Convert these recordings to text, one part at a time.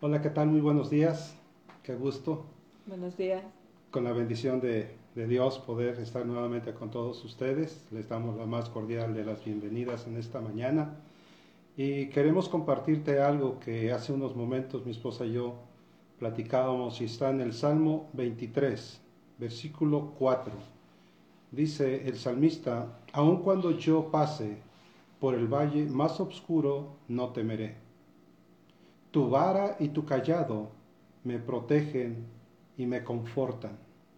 Hola, ¿qué tal? Muy buenos días. Qué gusto, Buenos días. con la bendición de Dios, poder estar nuevamente con todos ustedes. Les damos la más cordial de las bienvenidas en esta mañana. Y queremos compartirte algo que hace unos momentos mi esposa y yo platicábamos y está en el Salmo 23, versículo 4. Dice el salmista: aun cuando yo pase por el valle más oscuro, no temeré. Tu vara y tu cayado me protegen y me confortan.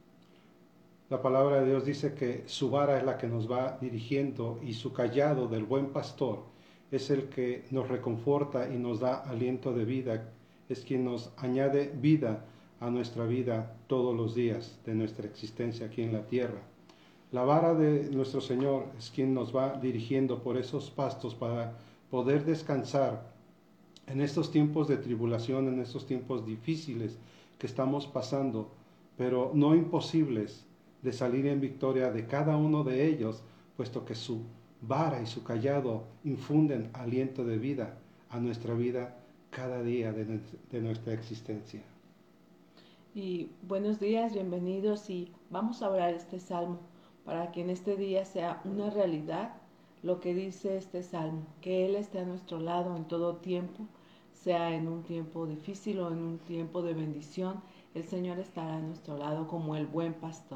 La palabra de Dios dice que su vara es la que nos va dirigiendo y su cayado del buen pastor es el que nos reconforta y nos da aliento de vida, es quien nos añade vida a nuestra vida todos los días de nuestra existencia aquí en la tierra. La vara de nuestro Señor es quien nos va dirigiendo por esos pastos para poder descansar en estos tiempos de tribulación, en estos tiempos difíciles que estamos pasando, pero no imposibles de salir en victoria de cada uno de ellos, puesto que su vara y su cayado infunden aliento de vida a nuestra vida cada día de nuestra existencia. Y buenos días, bienvenidos y vamos a orar este salmo para que en este día sea una realidad lo que dice este salmo, que Él esté a nuestro lado en todo tiempo, sea en un tiempo difícil o en un tiempo de bendición, el Señor estará a nuestro lado como el buen pastor.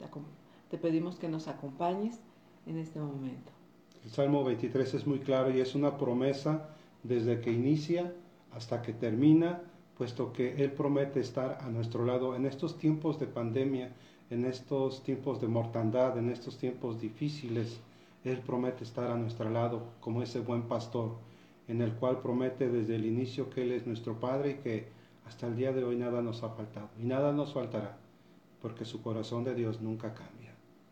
Te pedimos que nos acompañes en este momento. El Salmo 23 es muy claro y es una promesa desde que inicia hasta que termina, puesto que Él promete estar a nuestro lado en estos tiempos de pandemia, en estos tiempos de mortandad, en estos tiempos difíciles. Él promete estar a nuestro lado como ese buen pastor, en el cual promete desde el inicio que Él es nuestro Padre y que hasta el día de hoy nada nos ha faltado y nada nos faltará, porque su corazón de Dios nunca cambia.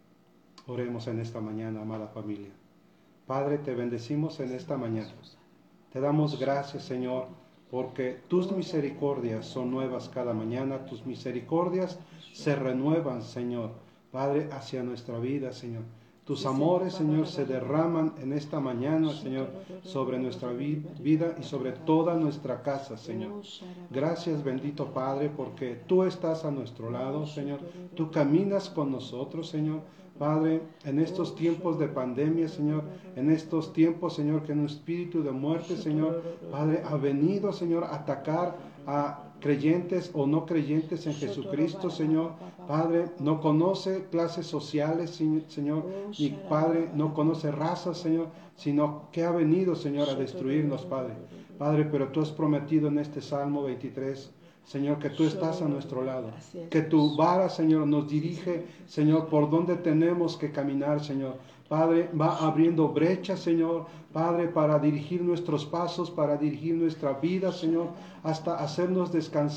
Oremos en esta mañana, amada familia. Padre, te bendecimos en esta mañana. Te damos gracias, Señor, porque tus misericordias son nuevas cada mañana. Tus misericordias se renuevan, Señor, Padre, hacia nuestra vida, Señor. Tus amores, Señor, se derraman en esta mañana, Señor, sobre nuestra vida y sobre toda nuestra casa, Señor. Gracias, bendito Padre, porque tú estás a nuestro lado, Señor. Tú caminas con nosotros, Señor. Padre, en estos tiempos de pandemia, Señor, en estos tiempos, Señor, que un espíritu de muerte, Señor, Padre, ha venido, Señor, a atacar a creyentes o no creyentes en Jesucristo, Señor. Padre, no conoce clases sociales, Señor, y Padre, no conoce razas, Señor, sino que ha venido, Señor, a destruirnos, Padre. Padre, pero tú has prometido en este Salmo 23, Señor, que tú estás a nuestro lado, que tu vara, Señor, nos dirige, Señor, por donde tenemos que caminar, Señor. Padre, va abriendo brechas, Señor, Padre, para dirigir nuestros pasos, para dirigir nuestra vida, Señor, hasta hacernos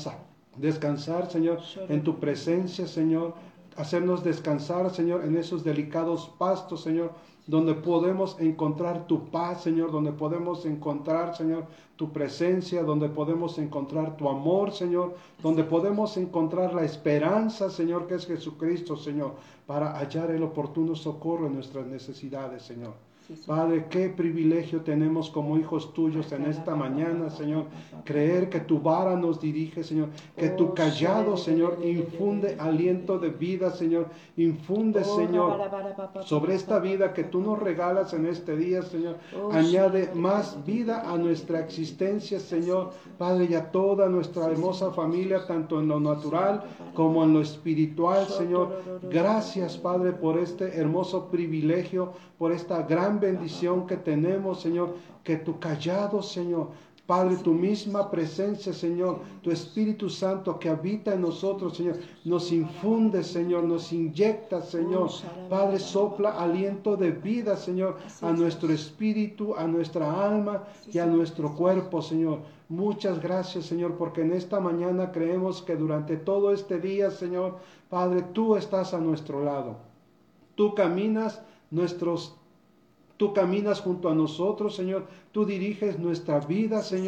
descansar, Señor, en tu presencia, Señor, hacernos descansar, Señor, en esos delicados pastos, Señor, donde podemos encontrar tu paz, Señor, donde podemos encontrar, Señor, tu presencia, donde podemos encontrar tu amor, Señor, donde podemos encontrar la esperanza, Señor, que es Jesucristo, Señor, para hallar el oportuno socorro en nuestras necesidades, Señor. Padre, qué privilegio tenemos como hijos tuyos en esta mañana, Señor, creer que tu vara nos dirige, Señor, que tu callado, Señor, infunde aliento de vida, Señor, infunde, Señor, sobre esta vida que tú nos regalas en este día, Señor, añade más vida a nuestra existencia, Señor, Padre, y a toda nuestra hermosa familia, tanto en lo natural como en lo espiritual, Señor. Gracias, Padre, por este hermoso privilegio, por esta gran bendición que tenemos, Señor, que tu callado, Señor, Padre, tu misma presencia, Señor, tu Espíritu Santo que habita en nosotros, Señor, nos infunde, Señor, nos inyecta, Señor. Padre, sopla aliento de vida, Señor, a nuestro espíritu, a nuestra alma y a nuestro cuerpo, Señor. Muchas gracias, Señor, porque en esta mañana creemos que durante todo este día, Señor, Padre, tú estás a nuestro lado. Tú caminas Tú caminas junto a nosotros, Señor. Tú diriges nuestra vida, Señor.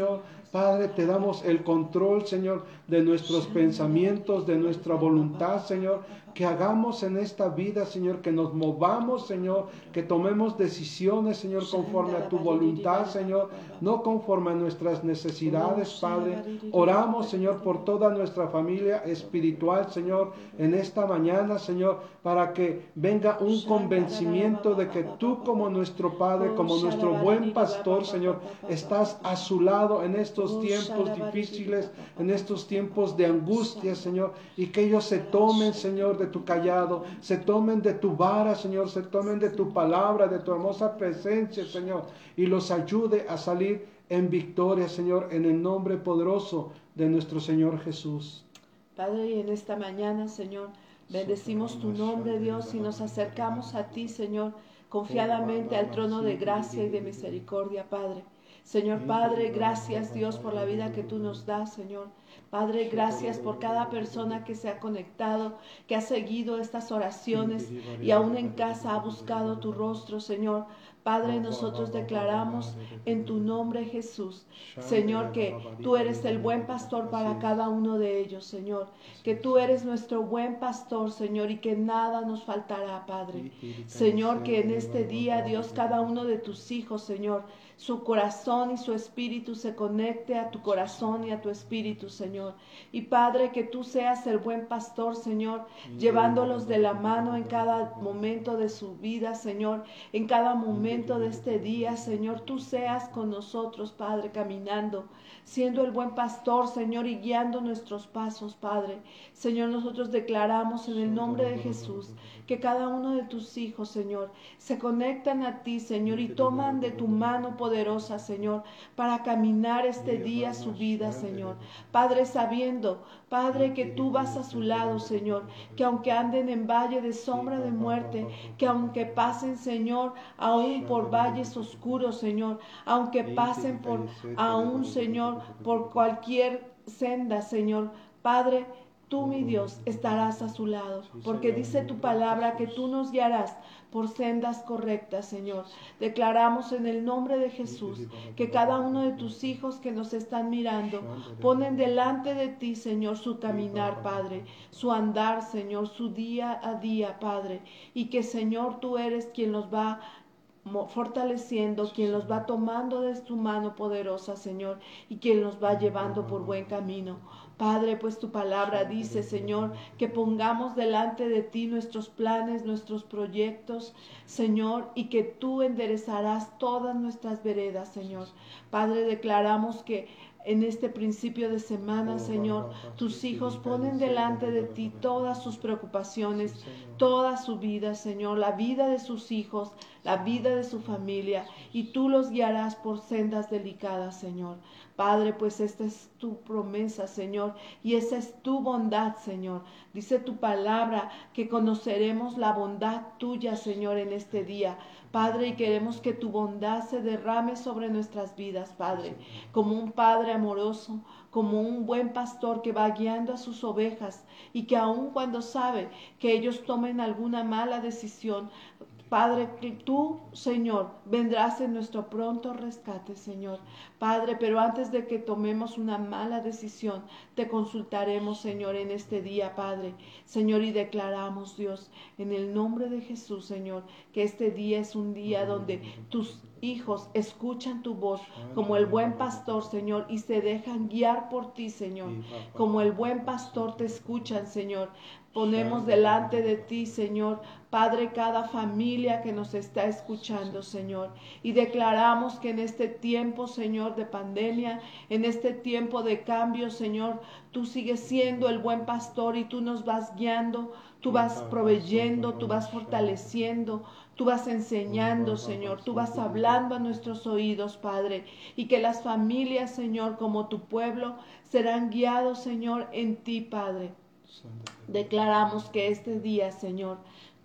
Padre, te damos el control, Señor, de nuestros pensamientos, de nuestra voluntad, Señor, que hagamos en esta vida, Señor, que nos movamos, Señor, que tomemos decisiones, Señor, conforme a tu voluntad, Señor, no conforme a nuestras necesidades, Padre. Oramos, Señor, por toda nuestra familia espiritual, Señor, en esta mañana, Señor, para que venga un convencimiento de que tú, como nuestro Padre, como nuestro buen pastor, Señor, estás a su lado en estos tiempos difíciles, en estos tiempos de angustia, Señor, y que ellos se tomen, Señor, de tu callado, se tomen de tu vara, Señor, se tomen de tu palabra, de tu hermosa presencia, Señor, y los ayude a salir en victoria, Señor, en el nombre poderoso de nuestro Señor Jesús. Padre, y en esta mañana, Señor, bendecimos tu nombre, Dios, y nos acercamos a ti, Señor, confiadamente al trono de gracia y de misericordia, Padre. Señor Padre, gracias, Dios, por la vida que tú nos das, Señor. Padre, gracias por cada persona que se ha conectado, que ha seguido estas oraciones y aún en casa ha buscado tu rostro, Señor. Padre, nosotros declaramos en tu nombre, Jesús, Señor, que tú eres el buen pastor para cada uno de ellos, Señor, que tú eres nuestro buen pastor, Señor, y que nada nos faltará, Padre. Señor, que en este día, Dios, cada uno de tus hijos, Señor, su corazón y su espíritu se conecte a tu corazón y a tu espíritu, Señor. Y Padre, que tú seas el buen pastor, Señor, llevándolos de la mano en cada momento de su vida, Señor, en cada momento de este día, Señor. Tú seas con nosotros, Padre, caminando, siendo el buen pastor, Señor, y guiando nuestros pasos, Padre. Señor, nosotros declaramos en el nombre de Jesús que cada uno de tus hijos, Señor, se conectan a ti, Señor, y toman de tu mano poderosa, Señor, para caminar este día su vida, Señor. Padre, sabiendo, Padre, que tú vas a su lado, Señor, que aunque anden en valle de sombra de muerte, que aunque pasen, Señor, aún por valles oscuros, Señor, aunque pasen por aún, Señor, por cualquier senda, Señor, Padre, tú, mi Dios, estarás a su lado, porque dice tu palabra que tú nos guiarás por sendas correctas, Señor. Declaramos en el nombre de Jesús que cada uno de tus hijos que nos están mirando ponen delante de ti, Señor, su caminar, Padre, su andar, Señor, su día a día, Padre, y que, Señor, tú eres quien los va fortaleciendo, quien los va tomando de tu mano poderosa, Señor, y quien los va llevando por buen camino. Padre, pues tu palabra dice, Señor, que pongamos delante de ti nuestros planes, nuestros proyectos, Señor, y que tú enderezarás todas nuestras veredas, Señor. Padre, declaramos que en este principio de semana, Señor, tus hijos ponen delante de ti todas sus preocupaciones, toda su vida, Señor, la vida de sus hijos, la vida de su familia, y tú los guiarás por sendas delicadas, Señor. Padre, pues esta es tu promesa, Señor, y esa es tu bondad, Señor. Dice tu palabra que conoceremos la bondad tuya, Señor, en este día. Padre, y queremos que tu bondad se derrame sobre nuestras vidas, Padre, como un Padre amoroso, como un buen pastor que va guiando a sus ovejas y que aun cuando sabe que ellos tomen alguna mala decisión, Padre, que tú, Señor, vendrás en nuestro pronto rescate, Señor. Padre, pero antes de que tomemos una mala decisión, te consultaremos, Señor, en este día, Padre. Señor, y declaramos, Dios, en el nombre de Jesús, Señor, que este día es un día donde tus hijos escuchan tu voz como el buen pastor, Señor, y se dejan guiar por ti, Señor. Como el buen pastor te escuchan, Señor. Ponemos delante de ti, Señor, Padre, cada familia que nos está escuchando, Señor. Y declaramos que en este tiempo, Señor, de pandemia, en este tiempo de cambio, Señor, tú sigues siendo el buen pastor y tú nos vas guiando, tú vas proveyendo, tú vas fortaleciendo, tú vas enseñando, Señor, tú vas hablando a nuestros oídos, Padre. Y que las familias, Señor, como tu pueblo, serán guiados, Señor, en ti, Padre. Declaramos que este día, Señor,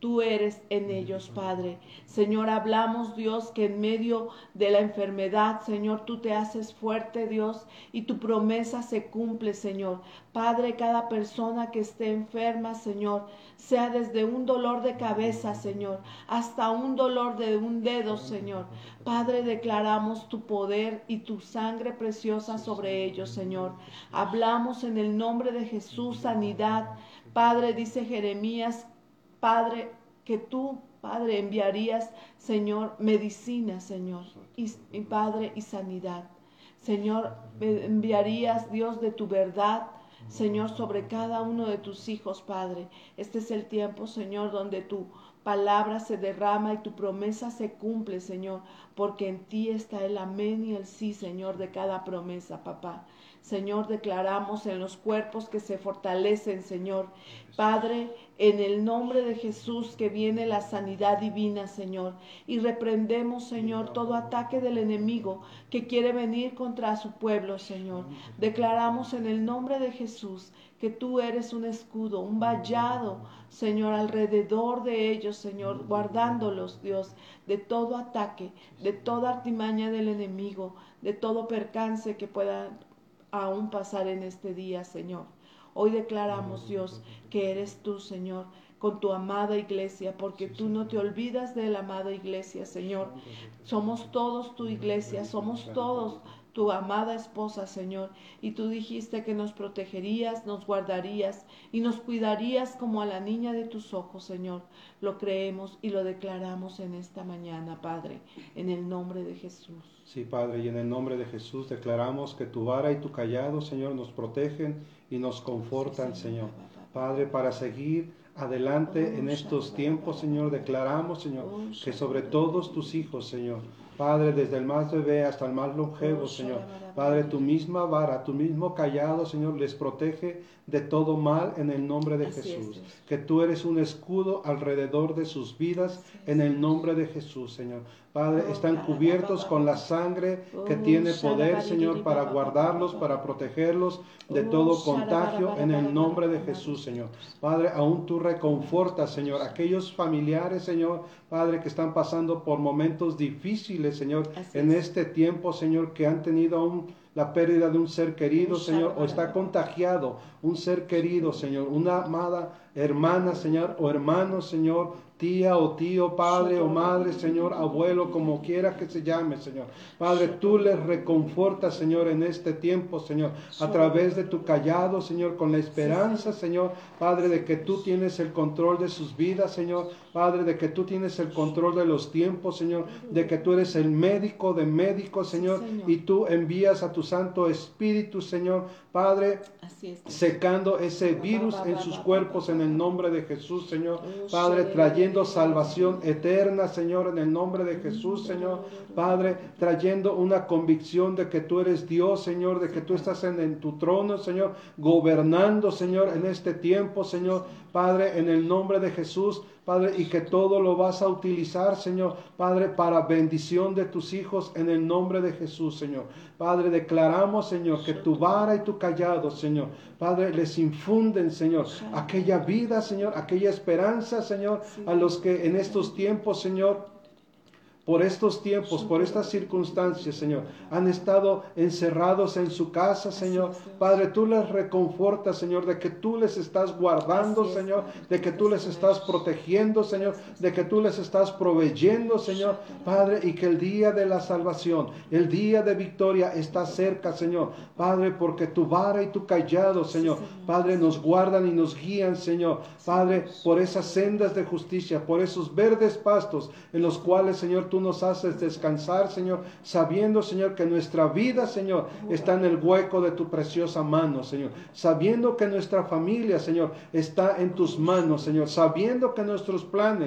tú eres en ellos, Padre. Señor, hablamos, Dios, que en medio de la enfermedad, Señor, tú te haces fuerte, Dios, y tu promesa se cumple, Señor. Padre, cada persona que esté enferma, Señor, sea desde un dolor de cabeza, Señor, hasta un dolor de un dedo, Señor. Padre, declaramos tu poder y tu sangre preciosa sobre ellos, Señor. Hablamos en el nombre de Jesús, sanidad. Padre, dice Jeremías, Padre, que tú, Padre, enviarías, Señor, medicina, Señor, y Padre, y sanidad. Señor, enviarías, Dios, de tu verdad, Señor, sobre cada uno de tus hijos, Padre. Este es el tiempo, Señor, donde tu palabra se derrama y tu promesa se cumple, Señor, porque en ti está el amén y el sí, Señor, de cada promesa, papá. Señor, declaramos en los cuerpos que se fortalecen, Señor. Padre, en el nombre de Jesús que viene la sanidad divina, Señor. Y reprendemos, Señor, todo ataque del enemigo que quiere venir contra su pueblo, Señor. Declaramos en el nombre de Jesús que tú eres un escudo, un vallado, Señor, alrededor de ellos, Señor, guardándolos, Dios, de todo ataque, de toda artimaña del enemigo, de todo percance que pueda aún pasar en este día, Señor. Hoy declaramos, Dios, que eres tú, Señor, con tu amada iglesia, porque tú no te olvidas de la amada iglesia, Señor. Somos todos tu iglesia, somos todos tu amada esposa, Señor, y tú dijiste que nos protegerías, nos guardarías y nos cuidarías como a la niña de tus ojos, Señor. Lo creemos y lo declaramos en esta mañana, Padre, en el nombre de Jesús. Sí, Padre, y en el nombre de Jesús declaramos que tu vara y tu cayado, Señor, nos protegen y nos confortan, sí, Señor. Padre, para seguir adelante en estos tiempos, Señor, declaramos, Señor, que sobre todos tus hijos, Señor, Padre, desde el más bebé hasta el más longevo, Señor, Padre, tu misma vara, tu mismo cayado, Señor, les protege de todo mal en el nombre de Jesús. Que tú eres un escudo alrededor de sus vidas en el nombre de Jesús, Señor. Padre, están cubiertos con la sangre que tiene poder, Señor, para guardarlos, para protegerlos de todo contagio en el nombre de Jesús, Señor. Padre, aún tú reconfortas, Señor, aquellos familiares, Señor, Padre, que están pasando por momentos difíciles, Señor, en este tiempo, Señor, que han tenido aún la pérdida de un ser querido, Señor, o está contagiado un ser querido, Señor, una amada hermana, Señor, o hermano, Señor, tía o tío, padre o madre, Señor, abuelo, como quiera que se llame, Señor. Padre, tú les reconfortas, Señor, en este tiempo, Señor, a través de tu cayado, Señor, con la esperanza, Señor, Padre, de que tú tienes el control de sus vidas, Señor, Padre, de que tú tienes el control de los tiempos, Señor, de que tú eres el médico de médicos, Señor, y tú envías a tu Santo Espíritu, Señor, Padre, secando ese virus en sus cuerpos en el nombre de Jesús, Señor, Padre, trayendo salvación eterna, Señor, en el nombre de Jesús, Señor, Padre, trayendo una convicción de que tú eres Dios, Señor, de que tú estás en tu trono, Señor, gobernando, Señor, en este tiempo, Señor, Padre, en el nombre de Jesús, Padre, y que todo lo vas a utilizar, Señor, Padre, para bendición de tus hijos en el nombre de Jesús, Señor. Padre, declaramos, Señor, que tu vara y tu cayado, Señor, Padre, les infunden, Señor, aquella vida, Señor, aquella esperanza, Señor, a los que en estos tiempos, Señor, por estos tiempos, por estas circunstancias, Señor, han estado encerrados en su casa, Señor. Padre, tú les reconfortas, Señor, de que tú les estás guardando, Señor, de que tú les estás protegiendo, Señor, de que tú les estás proveyendo, Señor, Padre, y que el día de la salvación, el día de victoria está cerca, Señor, Padre, porque tu vara y tu cayado, Señor, Padre, nos guardan y nos guían, Señor, Padre, por esas sendas de justicia, por esos verdes pastos en los cuales, Señor, tú nos haces descansar, Señor, sabiendo, Señor, que nuestra vida, Señor, está en el hueco de tu preciosa mano, Señor, sabiendo que nuestra familia, Señor, está en tus manos, Señor, sabiendo que nuestros planes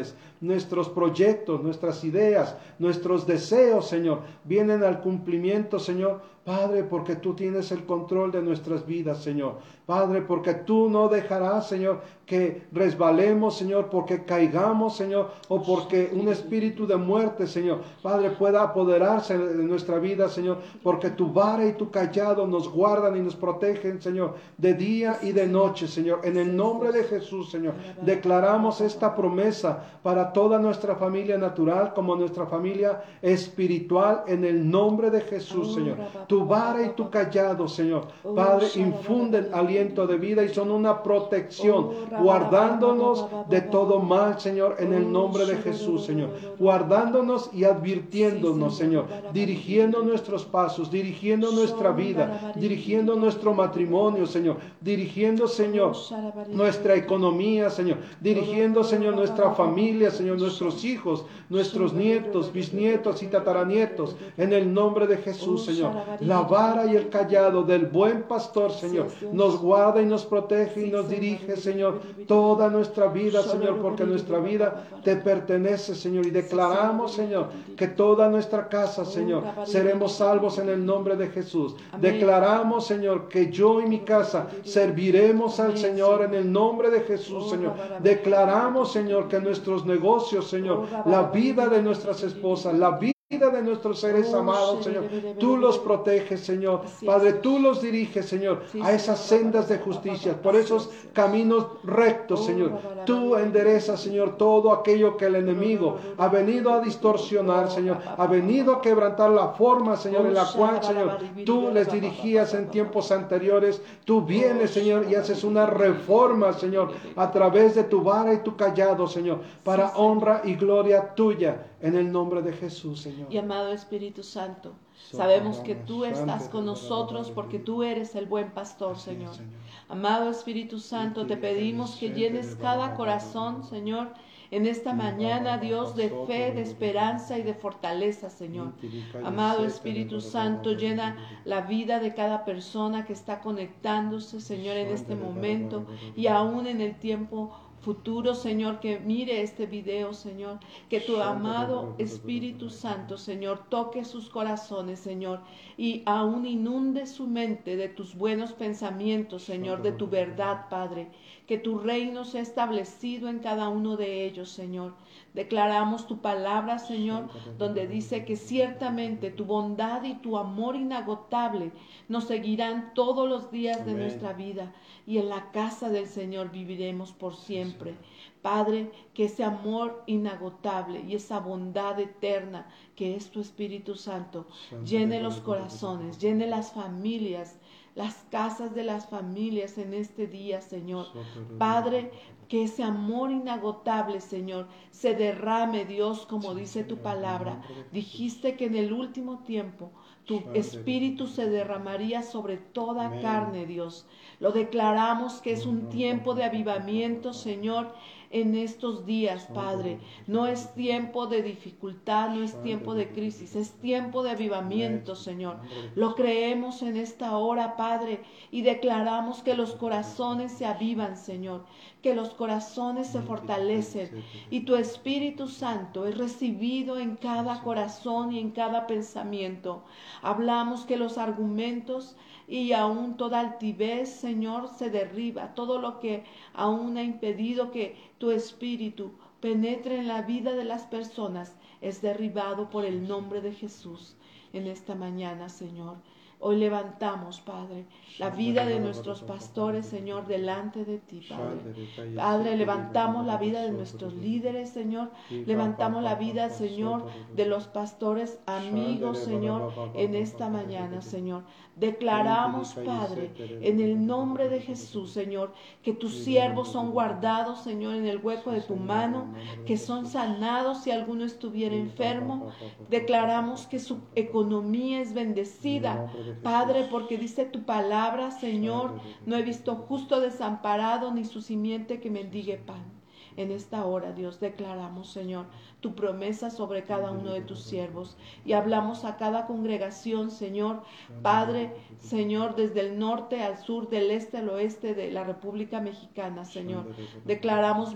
nuestros proyectos, nuestras ideas, nuestros deseos, Señor, vienen al cumplimiento, Señor. Padre, porque tú tienes el control de nuestras vidas, Señor. Padre, porque tú no dejarás, Señor, que resbalemos, Señor, porque caigamos, Señor, o porque un espíritu de muerte, Señor, Padre, pueda apoderarse de nuestra vida, Señor, porque tu vara y tu callado nos guardan y nos protegen, Señor, de día y de noche, Señor. En el nombre de Jesús, Señor, declaramos esta promesa para toda nuestra familia natural como nuestra familia espiritual, en el nombre de Jesús, Señor. Tu vara y tu callado, Señor, Padre, infunden aliento de vida y son una protección, guardándonos de todo mal, Señor, en el nombre de Jesús, Señor, guardándonos y advirtiéndonos, Señor, dirigiendo nuestros pasos, dirigiendo nuestra vida, dirigiendo nuestro matrimonio, Señor, dirigiendo, Señor, nuestra economía, Señor, dirigiendo, Señor, nuestra familia, Señor, nuestros hijos, nuestros nietos, bisnietos y tataranietos, en el nombre de Jesús, Señor. La vara y el callado del buen pastor, Señor, nos guarda y nos protege y nos dirige, Señor, toda nuestra vida, Señor, porque nuestra vida te pertenece, Señor, y declaramos, Señor, que toda nuestra casa, Señor, seremos salvos en el nombre de Jesús. Declaramos, Señor, que yo y mi casa serviremos al Señor en el nombre de Jesús, Señor. Declaramos, Señor, que nuestros negocios, Señor, la vida de nuestras esposas, la vida de nuestros seres amados, Señor, tú los proteges, Señor, Padre, tú los diriges, Señor, a esas sendas de justicia, por esos caminos rectos, Señor. Tú enderezas, Señor, todo aquello que el enemigo ha venido a distorsionar, Señor, ha venido a quebrantar la forma, Señor, en la cual, Señor, tú les dirigías en tiempos anteriores. Tú vienes, Señor, y haces una reforma, Señor, a través de tu vara y tu callado, Señor, para honra y gloria tuya, en el nombre de Jesús, Señor. Y amado Espíritu Santo, sabemos que tú estás con nosotros porque tú eres el buen pastor, Señor. Amado Espíritu Santo, te pedimos que llenes cada corazón, Señor, en esta mañana, Dios, de fe, de esperanza y de fortaleza, Señor. Amado Espíritu Santo, llena la vida de cada persona que está conectándose, Señor, en este momento y aún en el tiempo futuro, Señor, que mire este video, Señor, que tu amado Espíritu Santo, Señor, toque sus corazones, Señor, y aún inunde su mente de tus buenos pensamientos, Señor, de tu verdad, Padre, que tu reino sea establecido en cada uno de ellos, Señor. Declaramos tu palabra, Señor, donde dice que ciertamente tu bondad y tu amor inagotable nos seguirán todos los días de nuestra vida, y en la casa del Señor viviremos por siempre. Padre, que ese amor inagotable y esa bondad eterna que es tu Espíritu Santo llene los corazones, llene las familias, las casas de las familias en este día, Señor. Padre, que ese amor inagotable, Señor, se derrame, Dios, como dice tu palabra. Dijiste que en el último tiempo tu Espíritu se derramaría sobre toda carne, Dios. Lo declaramos que es un tiempo de avivamiento, Señor, en estos días, Padre. No es tiempo de dificultad, no es tiempo de crisis, es tiempo de avivamiento, Señor. Lo creemos en esta hora, Padre, y declaramos que los corazones se avivan, Señor, que los corazones se fortalecen y tu Espíritu Santo es recibido en cada corazón y en cada pensamiento. Hablamos que los argumentos y aún toda altivez, Señor, se derriba. Todo lo que aún ha impedido que tu Espíritu penetre en la vida de las personas es derribado por el nombre de Jesús en esta mañana, Señor. Hoy levantamos, Padre, la vida de nuestros pastores, Señor, delante de ti, Padre. Padre, levantamos la vida de nuestros líderes, Señor. Levantamos la vida, Señor, de los pastores amigos, Señor, en esta mañana, Señor. Declaramos, Padre, en el nombre de Jesús, Señor, que tus siervos son guardados, Señor, en el hueco de tu mano, que son sanados si alguno estuviera enfermo. Declaramos que su economía es bendecida, Padre, porque dice tu palabra, Señor, no he visto justo desamparado ni su simiente que mendigue pan. En esta hora, Dios, declaramos, Señor, tu promesa sobre cada uno de tus siervos y hablamos a cada congregación, Señor, Padre, Señor, desde el norte al sur, del este al oeste de la República Mexicana, Señor. Declaramos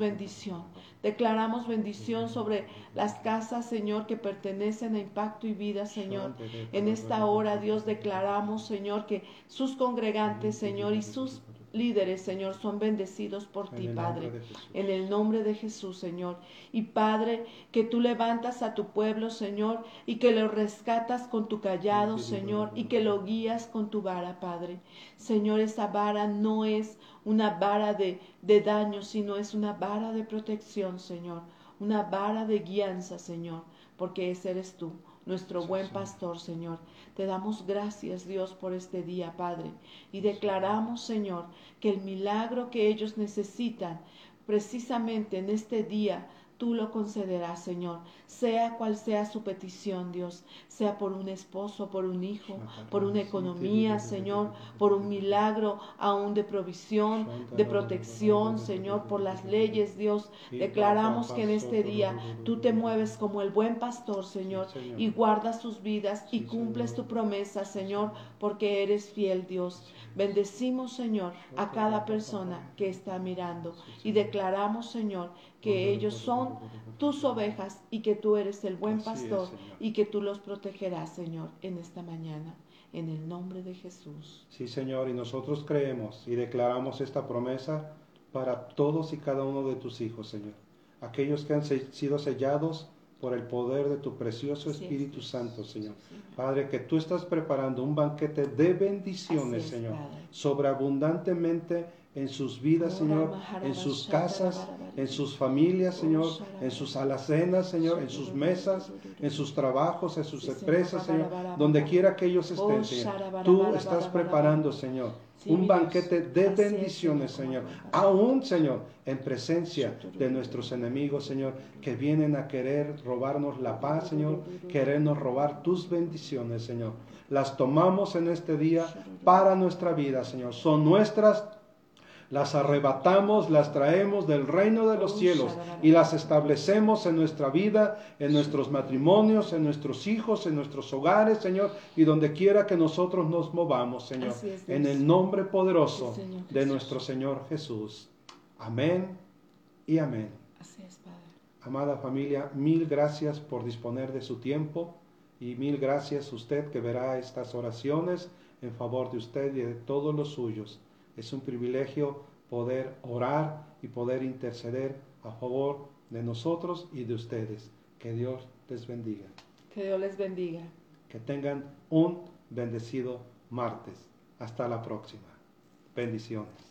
bendición sobre las casas, Señor, que pertenecen a Impacto y Vida, Señor. En esta hora, Dios, declaramos, Señor, que sus congregantes, Señor, y sus líderes, Señor, son bendecidos por ti, Padre, en el nombre de Jesús, Señor. Y Padre, que tú levantas a tu pueblo, Señor, y que lo rescatas con tu callado, Señor, y que lo guías con tu vara, Padre. Señor, esa vara no es una vara de daño, sino es una vara de protección, Señor, una vara de guianza, Señor, porque ese eres tú, nuestro buen pastor, Señor. Te damos gracias, Dios, por este día, Padre, y declaramos, Señor, que el milagro que ellos necesitan, precisamente en este día, tú lo concederás, Señor, sea cual sea su petición, Dios, sea por un esposo, por un hijo, por una economía, Señor, por un milagro aún de provisión, de protección, Señor, por las leyes, Dios. Declaramos que en este día tú te mueves como el buen pastor, Señor, y guardas sus vidas y cumples tu promesa, Señor, porque eres fiel, Dios. Bendecimos, Señor, a cada persona que está mirando y declaramos, Señor, que ellos son tus ovejas y que tú eres el buen pastor y que tú los protegerás, Señor, en esta mañana, en el nombre de Jesús. Sí, Señor, y nosotros creemos y declaramos esta promesa para todos y cada uno de tus hijos, Señor. Aquellos que han sido sellados por el poder de tu precioso Espíritu Santo, Señor. Padre, que tú estás preparando un banquete de bendiciones, Señor, sobreabundantemente en sus vidas, Señor, en sus casas, en sus familias, Señor, en sus alacenas, Señor, en sus mesas, en sus trabajos, en sus empresas, Señor, donde quiera que ellos estén, Señor. Tú estás preparando, Señor, un banquete de bendiciones, Señor, aún, Señor, en presencia de nuestros enemigos, Señor, que vienen a querer robarnos la paz, Señor, querernos robar tus bendiciones, Señor. Las tomamos en este día para nuestra vida, Señor. Son nuestras. Las arrebatamos, las traemos del reino de los cielos y las establecemos en nuestra vida, en nuestros matrimonios, en nuestros hijos, en nuestros hogares, Señor, y donde quiera que nosotros nos movamos, Señor, en el nombre poderoso de nuestro Señor Jesús. Amén y amén. Así es, Padre. Amada familia, mil gracias por disponer de su tiempo y mil gracias a usted que verá estas oraciones en favor de usted y de todos los suyos. Es un privilegio poder orar y poder interceder a favor de nosotros y de ustedes. Que Dios les bendiga. Que Dios les bendiga. Que tengan un bendecido martes. Hasta la próxima. Bendiciones.